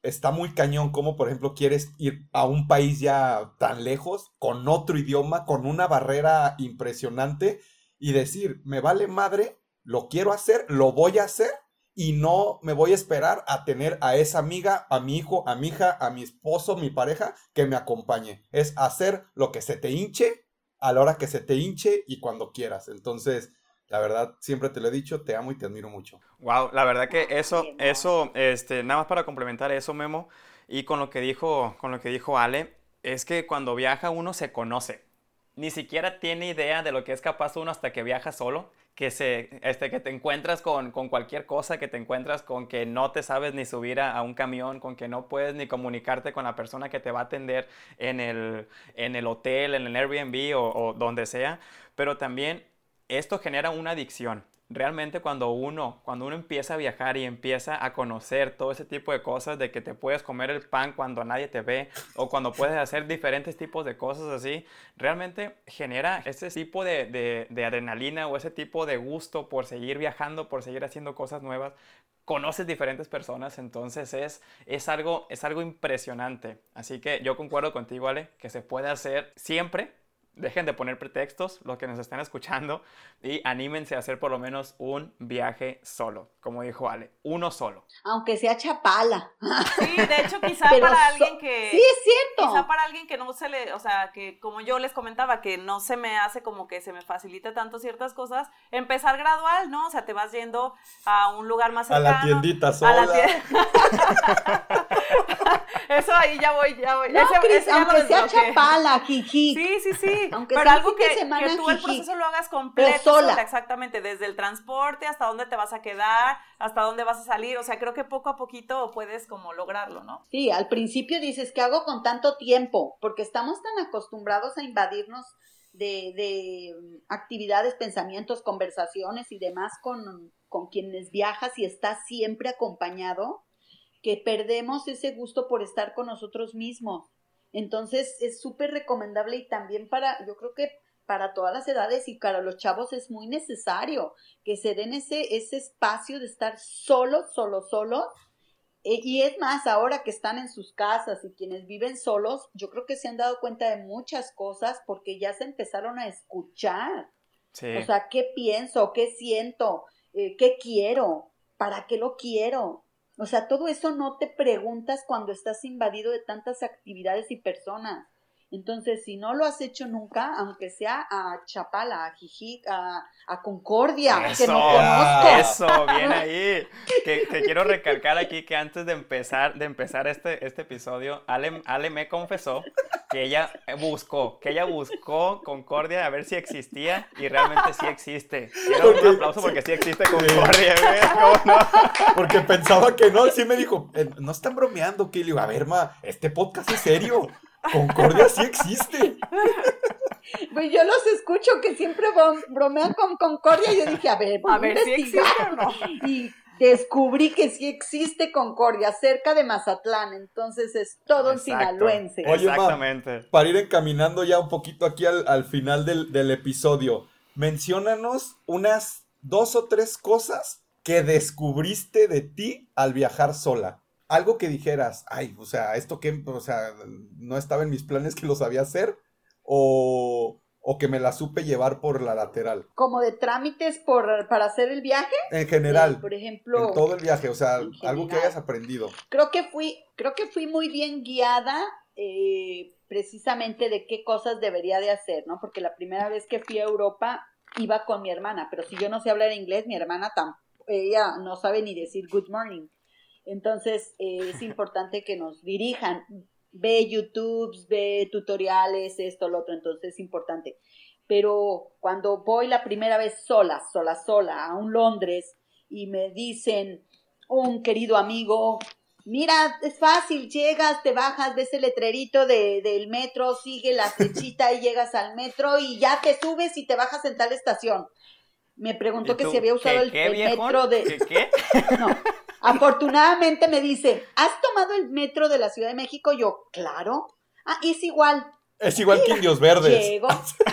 está muy cañón como, por ejemplo, quieres ir a un país ya tan lejos, con otro idioma, con una barrera impresionante, y decir, me vale madre, lo quiero hacer, lo voy a hacer, y no me voy a esperar a tener a esa amiga, a mi hijo, a mi hija, a mi esposo, mi pareja, que me acompañe. Es hacer lo que se te hinche, a la hora que se te hinche y cuando quieras. Entonces, la verdad, siempre te lo he dicho, te amo y te admiro mucho. Wow, la verdad que eso, eso, este, nada más para complementar eso, Memo, y con lo que dijo, con lo que dijo Ale, es que cuando viaja uno se conoce. Ni siquiera tiene idea de lo que es capaz uno hasta que viaja solo, que, se, este, que te encuentras con, con cualquier cosa, que te encuentras con que no te sabes ni subir a, a un camión, con que no puedes ni comunicarte con la persona que te va a atender en el, en el hotel, en el Airbnb o, o donde sea, pero también esto genera una adicción. Realmente cuando uno, cuando uno empieza a viajar y empieza a conocer todo ese tipo de cosas, de que te puedes comer el pan cuando nadie te ve o cuando puedes hacer diferentes tipos de cosas así, realmente genera ese tipo de, de, de adrenalina o ese tipo de gusto por seguir viajando, por seguir haciendo cosas nuevas. Conoces diferentes personas, entonces es, es, algo, es algo impresionante. Así que yo concuerdo contigo, Ale, que se puede hacer siempre. Dejen de poner pretextos, los que nos están escuchando, y anímense a hacer por lo menos un viaje solo, como dijo Ale, uno solo. Aunque sea Chapala. Sí, de hecho, quizá Pero para so- alguien que... Sí, es cierto. Quizá para alguien que no se le... O sea, que como yo les comentaba, que no se me hace como que se me facilite tanto ciertas cosas, empezar gradual, ¿no? O sea, te vas yendo a un lugar más A cercano. la tiendita sola. A la tiendita. Eso ahí ya voy, ya voy. No, Ese- Cris, ese ya lo aunque sea desbloqueé. Chapala, jiji. Sí, sí, sí. Aunque pero sea algo un fin de que, semana, que tú el jiji. proceso lo hagas completo, Pero sola. sola, exactamente, desde el transporte hasta dónde te vas a quedar, hasta dónde vas a salir, o sea, creo que poco a poquito puedes como lograrlo, ¿no? Sí, al principio dices, ¿qué hago con tanto tiempo? Porque estamos tan acostumbrados a invadirnos de, de actividades, pensamientos, conversaciones y demás con, con quienes viajas y estás siempre acompañado, que perdemos ese gusto por estar con nosotros mismos. Entonces es súper recomendable y también para, yo creo que para todas las edades y para los chavos es muy necesario que se den ese, ese espacio de estar solos, solos, solos. Eh, y es más, ahora que están en sus casas y quienes viven solos, yo creo que se han dado cuenta de muchas cosas porque ya se empezaron a escuchar. Sí. O sea, ¿qué pienso? ¿Qué siento? Eh, ¿Qué quiero? ¿Para qué lo quiero? O sea, todo eso no te preguntas cuando estás invadido de tantas actividades y personas. Entonces, si no lo has hecho nunca, aunque sea a Chapala, a Jijic, a, a Concordia, Eso, que no conozco. eso, bien ahí. Que, que quiero recalcar aquí que antes de empezar, de empezar este, este episodio, Ale, Ale me confesó que ella buscó, que ella buscó Concordia a ver si existía y realmente sí existe. Quiero un aplauso porque sí existe Concordia, ¿ves? ¿Cómo no? Porque pensaba que no, sí me dijo, eh, no están bromeando, que le digo, a ver, ma, este podcast es serio. Concordia sí existe. Pues yo los escucho que siempre brom- bromean con Concordia y yo dije, a ver, voy A ver si investigar. existe o no. Y descubrí que sí existe Concordia, cerca de Mazatlán, entonces es todo un Exacto. sinaloense. Oye, ma, Exactamente. para ir encaminando ya un poquito aquí al, al final del, del episodio, menciónanos unas dos o tres cosas que descubriste de ti al viajar sola. Algo que dijeras, ay, o sea, esto que, o sea, no estaba en mis planes que lo sabía hacer, o, o que me la supe llevar por la lateral. Como de trámites por, para hacer el viaje, En general, eh, por ejemplo, en todo el viaje, o sea, en algo que general. hayas aprendido. creo que fui, creo que fui muy bien guiada eh, precisamente de qué cosas debería de hacer, ¿no? Porque la primera vez que fui a Europa iba con mi hermana, pero si yo no sé hablar inglés, mi hermana tampoco, ella no sabe ni decir good morning. Entonces, eh, es importante que nos dirijan. Ve YouTube, ve tutoriales, esto, lo otro, entonces es importante. Pero cuando voy la primera vez sola, sola, sola, a un Londres, y me dicen, un querido amigo, mira, es fácil, llegas, te bajas, ves el letrerito de, del metro, sigue la flechita y llegas al metro y ya te subes y te bajas en tal estación. Me preguntó ¿Y que tú? si había usado ¿Qué, el, qué, el viejón? metro de... ¿Qué, qué? No, afortunadamente me dice, ¿has tomado el metro de la Ciudad de México? Yo, claro. Ah, es igual. Es igual que Indios Verdes. Llego.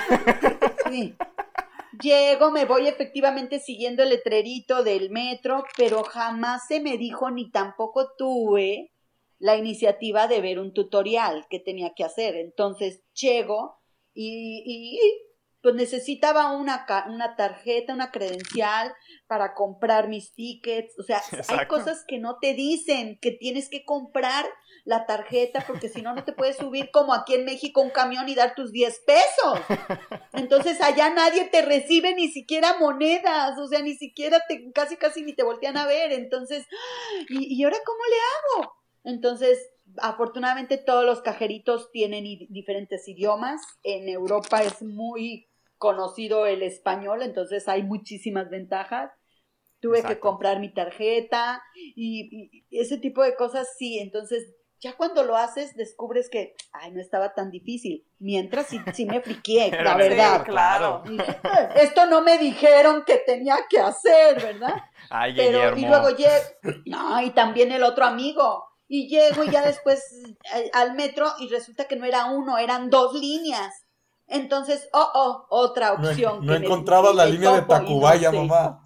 Sí. Llego, me voy efectivamente siguiendo el letrerito del metro, pero jamás se me dijo ni tampoco tuve la iniciativa de ver un tutorial que tenía que hacer. Entonces llego y, y, y pues necesitaba una, una tarjeta, una credencial para comprar mis tickets. O sea, Exacto. hay cosas que no te dicen, que tienes que comprar la tarjeta porque si no, no te puedes subir como aquí en México un camión y dar tus diez pesos. Entonces allá nadie te recibe ni siquiera monedas, o sea, ni siquiera te, casi casi ni te voltean a ver. Entonces, ¿y, y ahora cómo le hago? Entonces, afortunadamente todos los cajeritos tienen i- diferentes idiomas. En Europa es muy conocido el español, entonces hay muchísimas ventajas. Tuve Exacto. que comprar mi tarjeta y, y ese tipo de cosas, sí. Entonces, ya cuando lo haces, descubres que, ay, no estaba tan difícil. Mientras sí, sí me friqué, la verdad. Sí, claro. Esto no me dijeron que tenía que hacer, ¿verdad? Ay, Pero, Guillermo. y luego llego, no, y también el otro amigo. Y llego y ya después al, al metro y resulta que no era uno, eran dos líneas. Entonces, oh, oh, otra opción. No, no que encontrabas la línea de Tacubaya, no mamá.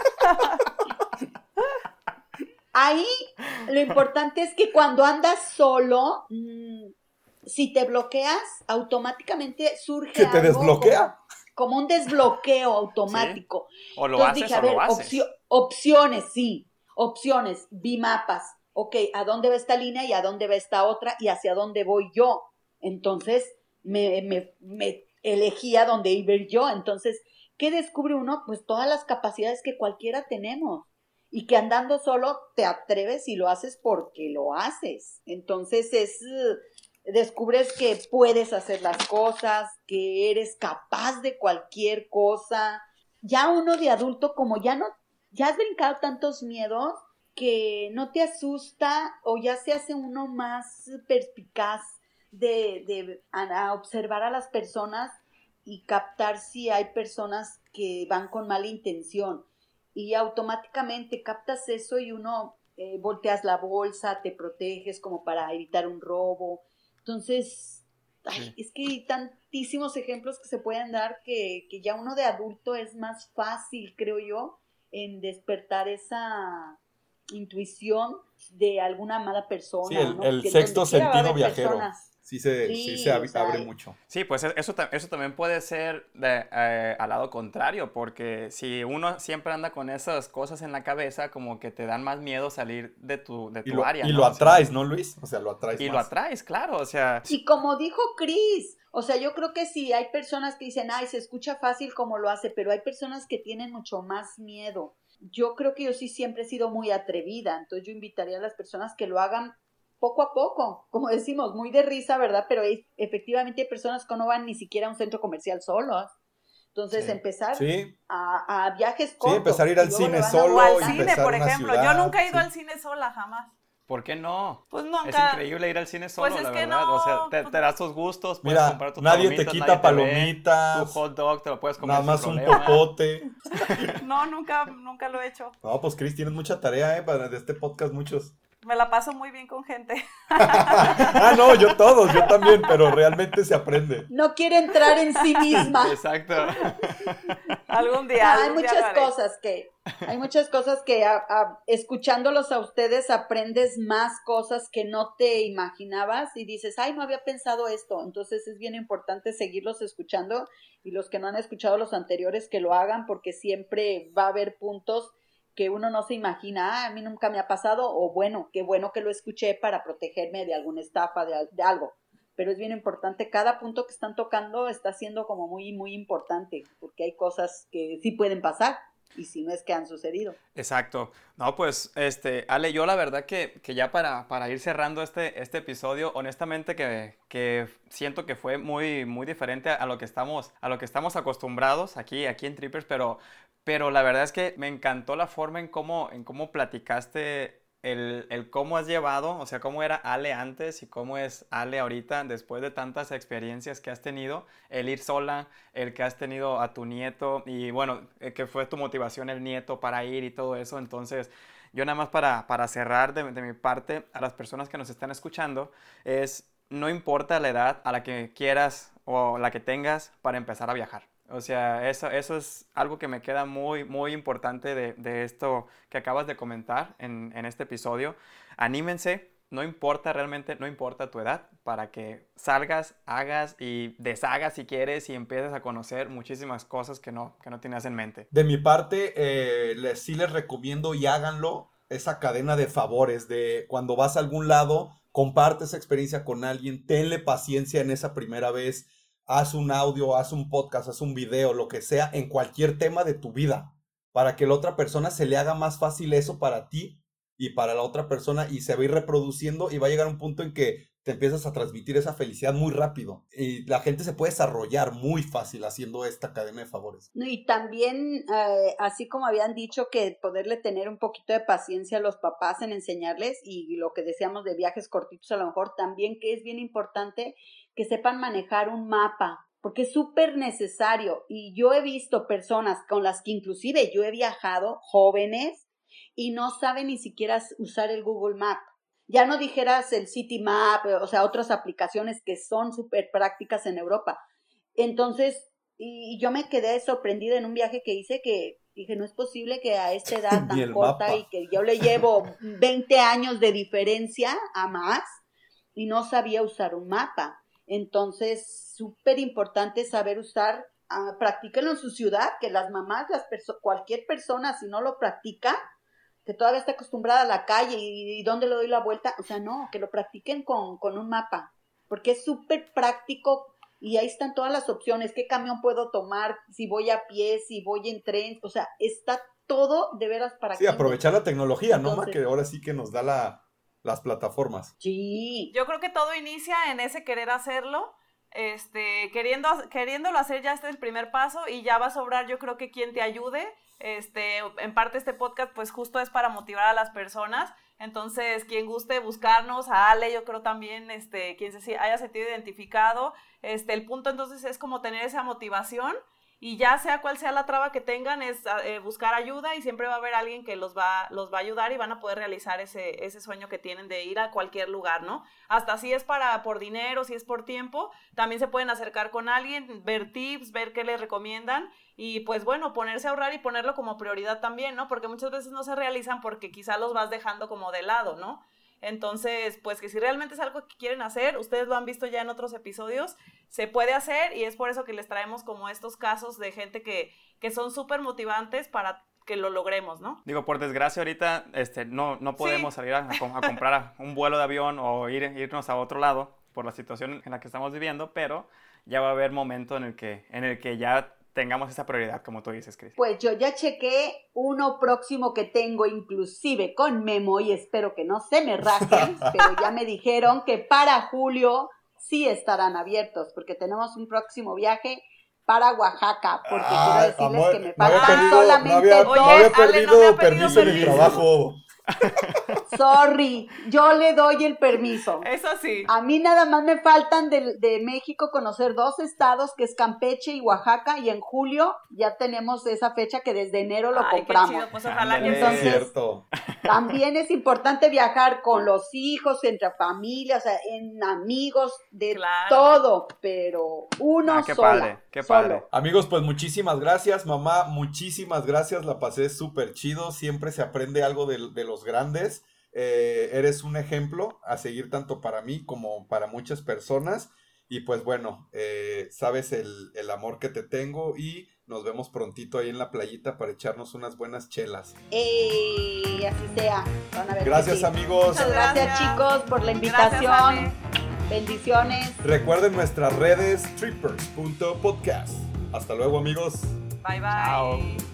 Ahí lo importante es que cuando andas solo, mmm, si te bloqueas, automáticamente surge ¿Que te algo desbloquea? Como, como un desbloqueo automático. ¿Sí? O lo Entonces haces dije, a o ver, lo haces. opcio- opciones, sí, opciones, vi mapas. Ok, ¿a dónde va esta línea y a dónde va esta otra y hacia dónde voy yo? Entonces me, me, me elegí a dónde iba a ir yo. Entonces, ¿qué descubre uno? Pues todas las capacidades que cualquiera tenemos. Y que andando solo te atreves y lo haces porque lo haces. Entonces es, descubres que puedes hacer las cosas, que eres capaz de cualquier cosa. Ya uno de adulto, como ya no, ya has brincado tantos miedos, que no te asusta o ya se hace uno más perspicaz de, de a, a observar a las personas y captar si hay personas que van con mala intención. Y automáticamente captas eso y uno eh, volteas la bolsa, te proteges como para evitar un robo. Entonces, ay, sí. es que hay tantísimos ejemplos que se pueden dar que, que ya uno de adulto es más fácil, creo yo, en despertar esa intuición de alguna mala persona. Sí, el, ¿no? el Que sexto sentido viajero. Personas. Sí se, sí, sí se ab- o sea, abre mucho. Sí, pues eso, eso también puede ser de, eh, al lado contrario, porque si uno siempre anda con esas cosas en la cabeza, como que te dan más miedo salir de tu, de tu y lo, área. Y ¿no? lo atraes, o sea, ¿no, Luis? O sea, lo atraes Y más. lo atraes, claro, o sea... Y como dijo Chris, o sea, yo creo que sí, hay personas que dicen, ay, se escucha fácil como lo hace, pero hay personas que tienen mucho más miedo. Yo creo que yo sí siempre he sido muy atrevida, entonces yo invitaría a las personas que lo hagan poco a poco, como decimos, muy de risa, ¿verdad? Pero hay, efectivamente hay personas que no van ni siquiera a un centro comercial solos. Entonces, sí. empezar sí. A, a viajes cortos. Sí, empezar a ir al cine solo. O al cine, por ejemplo. Ciudad, yo nunca he ido sí. al cine sola, jamás. ¿Por qué no? Pues nunca. Es increíble ir al cine solo, pues es la que verdad. No, o sea, te, pues... te das tus gustos, puedes Mira, comprar tus nadie palomitas, te quita nadie palomitas. Te ve, tu hot dog te lo puedes comer nada más sin un problema. popote. No, nunca, nunca lo he hecho. No, pues Cris, tienes mucha tarea, ¿eh? Para de este podcast, muchos. Me la paso muy bien con gente. Ah, no, yo todos, yo también, pero realmente se aprende. No quiere entrar en sí misma. Exacto. Algún día. No, algún hay día muchas cosas que, hay muchas cosas que a, a, escuchándolos a ustedes aprendes más cosas que no te imaginabas y dices, ay, no había pensado esto. Entonces es bien importante seguirlos escuchando y los que no han escuchado los anteriores que lo hagan porque siempre va a haber puntos que uno no se imagina, ah, a mí nunca me ha pasado, o bueno, qué bueno que lo escuché para protegerme de alguna estafa, de, de algo. Pero es bien importante, cada punto que están tocando está siendo como muy, muy importante, porque hay cosas que sí pueden pasar, y si no es que han sucedido. Exacto. No, pues, este, Ale, yo la verdad que, que ya para, para ir cerrando este, este episodio, honestamente que, que siento que fue muy, muy diferente a lo que estamos, a lo que estamos acostumbrados aquí, aquí en Trippers, pero... Pero la verdad es que me encantó la forma en cómo, en cómo platicaste el, el cómo has llevado, o sea, cómo era Ale antes y cómo es Ale ahorita después de tantas experiencias que has tenido, el ir sola, el que has tenido a tu nieto y bueno, que fue tu motivación el nieto para ir y todo eso. Entonces, yo nada más para, para cerrar de, de mi parte a las personas que nos están escuchando es, no importa la edad a la que quieras o la que tengas para empezar a viajar. O sea, eso, eso es algo que me queda muy, muy importante de, de esto que acabas de comentar en, en este episodio. Anímense, no importa realmente, no importa tu edad, para que salgas, hagas y deshagas si quieres y empieces a conocer muchísimas cosas que no, que no tenías en mente. De mi parte, eh, les, sí les recomiendo y háganlo, esa cadena de favores, de cuando vas a algún lado, comparte esa experiencia con alguien, tenle paciencia en esa primera vez, haz un audio, haz un podcast, haz un video, lo que sea, en cualquier tema de tu vida, para que la otra persona se le haga más fácil eso para ti y para la otra persona, y se va a ir reproduciendo y va a llegar un punto en que te empiezas a transmitir esa felicidad muy rápido y la gente se puede desarrollar muy fácil haciendo esta cadena de favores. No, y también, eh, así como habían dicho que poderle tener un poquito de paciencia a los papás en enseñarles, y lo que decíamos de viajes cortitos a lo mejor, también que es bien importante que sepan manejar un mapa, porque es súper necesario. Y yo he visto personas con las que inclusive yo he viajado, jóvenes, y no saben ni siquiera usar el Google Map. Ya no dijeras el City Map, o sea, otras aplicaciones que son súper prácticas en Europa. Entonces, y yo me quedé sorprendida en un viaje que hice, que dije, no es posible que a esta edad tan corta mapa. Y que yo le llevo veinte años de diferencia a más y no sabía usar un mapa. Entonces, súper importante saber usar, uh, practíquenlo en su ciudad, que las mamás, las perso- cualquier persona, si no lo practica, que todavía está acostumbrada a la calle y, y dónde le doy la vuelta, o sea, no, que lo practiquen con, con un mapa, porque es súper práctico y ahí están todas las opciones, qué camión puedo tomar, si voy a pie, si voy en tren, o sea, está todo de veras para sí, aprovechar la tecnología, Entonces, ¿no? Ma? Que ahora sí que nos da la, las plataformas. Sí. Yo creo que todo inicia en ese querer hacerlo, este, queriendo, queriéndolo hacer ya este es el primer paso y ya va a sobrar, yo creo que quien te ayude. Este, en parte este podcast pues justo es para motivar a las personas, entonces quien guste buscarnos, a Ale yo creo también, este, quien se haya sentido identificado, este, el punto entonces es como tener esa motivación y ya sea cual sea la traba que tengan es eh, buscar ayuda y siempre va a haber alguien que los va, los va a ayudar y van a poder realizar ese, ese sueño que tienen de ir a cualquier lugar, ¿no? Hasta si es para, por dinero, si es por tiempo, también se pueden acercar con alguien, ver tips, ver qué les recomiendan y pues bueno, ponerse a ahorrar y ponerlo como prioridad también, ¿no? Porque muchas veces no se realizan porque quizá los vas dejando como de lado, ¿no? Entonces, pues que si realmente es algo que quieren hacer, ustedes lo han visto ya en otros episodios, se puede hacer y es por eso que les traemos como estos casos de gente que, que son súper motivantes para que lo logremos, ¿no? Digo, por desgracia ahorita este, no, no podemos sí. salir a, a comprar un vuelo de avión o ir, irnos a otro lado por la situación en la que estamos viviendo, pero ya va a haber momento en el que, en el que ya tengamos esa prioridad, como tú dices, Cris. Pues yo ya chequé uno próximo que tengo inclusive con Memo y espero que no se me rajen, pero ya me dijeron que para julio sí estarán abiertos, porque tenemos un próximo viaje para Oaxaca, porque ah, quiero decirles amor, que me faltan perdido, solamente no había, dos. No había perdido, Ale, no me ha permiso en el trabajo. Sorry, yo le doy el permiso. Eso sí. A mí nada más me faltan de, de México conocer dos estados, que es Campeche y Oaxaca, y en julio ya tenemos esa fecha que desde enero lo Ay, compramos. Qué chido, pues ojalá que Entonces, es cierto. También es importante viajar con los hijos, entre familias, o sea, en amigos, de claro. todo, pero uno ah, qué sola, padre, qué padre. solo. Amigos, pues muchísimas gracias, mamá, muchísimas gracias, la pasé súper chido, siempre se aprende algo de, de los grandes. Eh, eres un ejemplo a seguir tanto para mí como para muchas personas y pues bueno, eh, sabes el, el amor que te tengo y nos vemos prontito ahí en la playita para echarnos unas buenas chelas. ¡Ey! Así sea. Van a ver gracias sí. amigos. Muchas gracias, gracias chicos por la invitación. Gracias, bendiciones. Recuerden nuestras redes trippers punto podcast. Hasta luego amigos. Bye bye. Chao.